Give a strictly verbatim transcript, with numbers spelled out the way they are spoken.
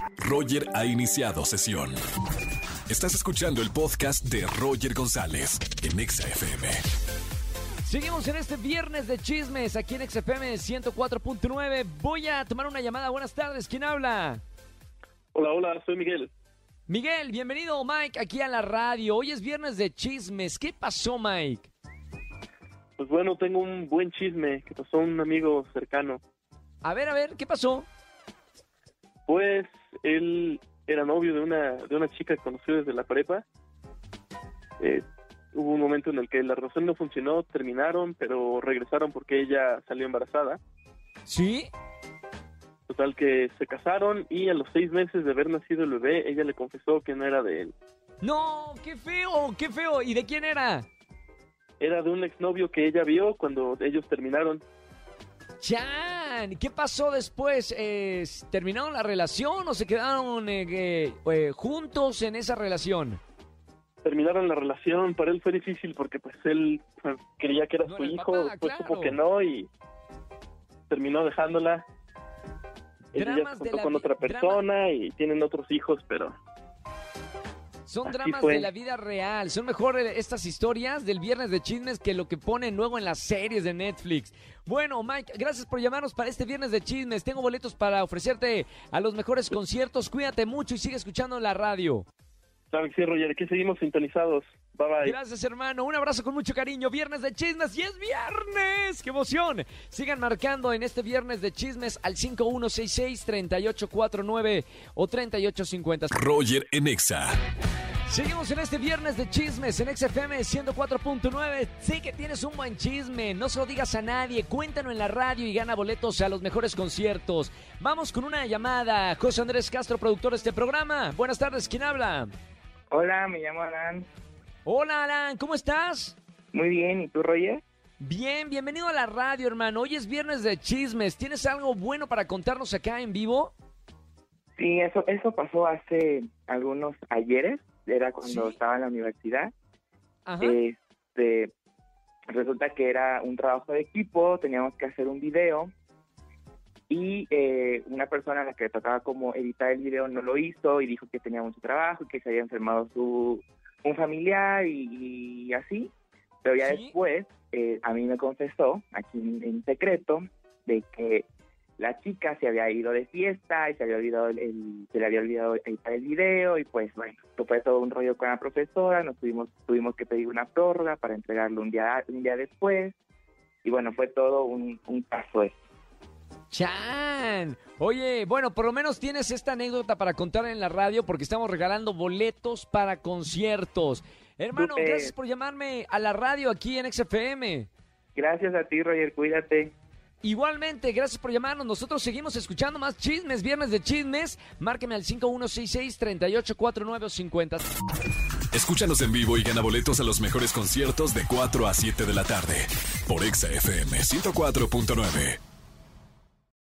Roger ha iniciado sesión. Estás escuchando el podcast de Roger González en Exa F M. Seguimos en este viernes de chismes aquí en Exa F M ciento cuatro punto nueve. Voy a tomar una llamada. Buenas tardes. ¿Quién habla? Hola, hola, soy Miguel. Miguel, bienvenido Mike aquí a la radio. Hoy es viernes de chismes. ¿Qué pasó, Mike? Pues bueno, tengo un buen chisme que pasó un amigo cercano. A ver, a ver, ¿qué pasó? Pues él era novio de una de una chica que conoció desde la prepa. Eh, hubo un momento en el que la relación no funcionó, terminaron, pero regresaron porque ella salió embarazada. ¿Sí? Total que se casaron y a los seis meses de haber nacido el bebé, ella le confesó que no era de él. ¡No! ¡Qué feo! ¡Qué feo! ¿Y de quién era? Era de un exnovio que ella vio cuando ellos terminaron. ¡Chan! ¿Qué pasó después? Eh, ¿Terminaron la relación o se quedaron eh, eh, eh, juntos en esa relación? Terminaron la relación, para él fue difícil porque pues él pues, creía que era No su era el hijo, papá, después claro. supo que no y terminó dejándola. Ella ya Dramas se de juntó la con vi- otra persona drama- y tienen otros hijos, pero Son Así dramas fue. de la vida real. Son mejor eh, estas historias del viernes de chismes que lo que ponen luego en las series de Netflix. Bueno, Mike, gracias por llamarnos para este viernes de chismes. Tengo boletos para ofrecerte a los mejores conciertos. Cuídate mucho y sigue escuchando la radio. saben que sí, Roger, aquí seguimos sintonizados. Bye bye. Gracias, hermano. Un abrazo con mucho cariño. Viernes de chismes y es viernes. ¡Qué emoción! Sigan marcando en este viernes de chismes al cinco uno seis seis, tres ocho cuatro nueve o treinta y ocho cincuenta. Roger en Exa. Seguimos en este viernes de chismes en Exa F M ciento cuatro punto nueve. Sé que tienes un buen chisme, no se lo digas a nadie, cuéntalo en la radio y gana boletos a los mejores conciertos. Vamos con una llamada. José Andrés Castro, productor de este programa. Buenas tardes, ¿quién habla? Hola, me llamo Alan. Hola, Alan, ¿cómo estás? Muy bien, ¿y tú, Roger? Bien, bienvenido a la radio, hermano. Hoy es viernes de chismes. ¿Tienes algo bueno para contarnos acá en vivo? Sí, eso eso pasó hace algunos ayeres, era cuando ¿Sí? estaba en la universidad. Ajá. Este, resulta que era un trabajo de equipo, teníamos que hacer un video y eh, una persona a la que le tocaba como editar el video no lo hizo y dijo que tenía mucho trabajo y que se había enfermado su un familiar y, y así. Pero ya ¿Sí? después eh, a mí me confesó, aquí en, en secreto, de que la chica se había ido de fiesta y se había olvidado el, el- se le había olvidado editar el video y pues bueno, fue todo un rollo con la profesora, nos tuvimos tuvimos que pedir una prórroga para entregarlo un día un día después y bueno, fue todo un, un caso esto. Chan. Oye, bueno, por lo menos tienes esta anécdota para contar en la radio porque estamos regalando boletos para conciertos. Hermano, Súper. gracias por llamarme a la radio aquí en X F M. Gracias a ti, Roger, cuídate. Igualmente, gracias por llamarnos. Nosotros seguimos escuchando más chismes, viernes de chismes. Márqueme al cinco uno seis seis, tres ocho cuatro nueve o cincuenta. Escúchanos en vivo y gana boletos a los mejores conciertos de cuatro a siete de la tarde por Exa F M ciento cuatro punto nueve.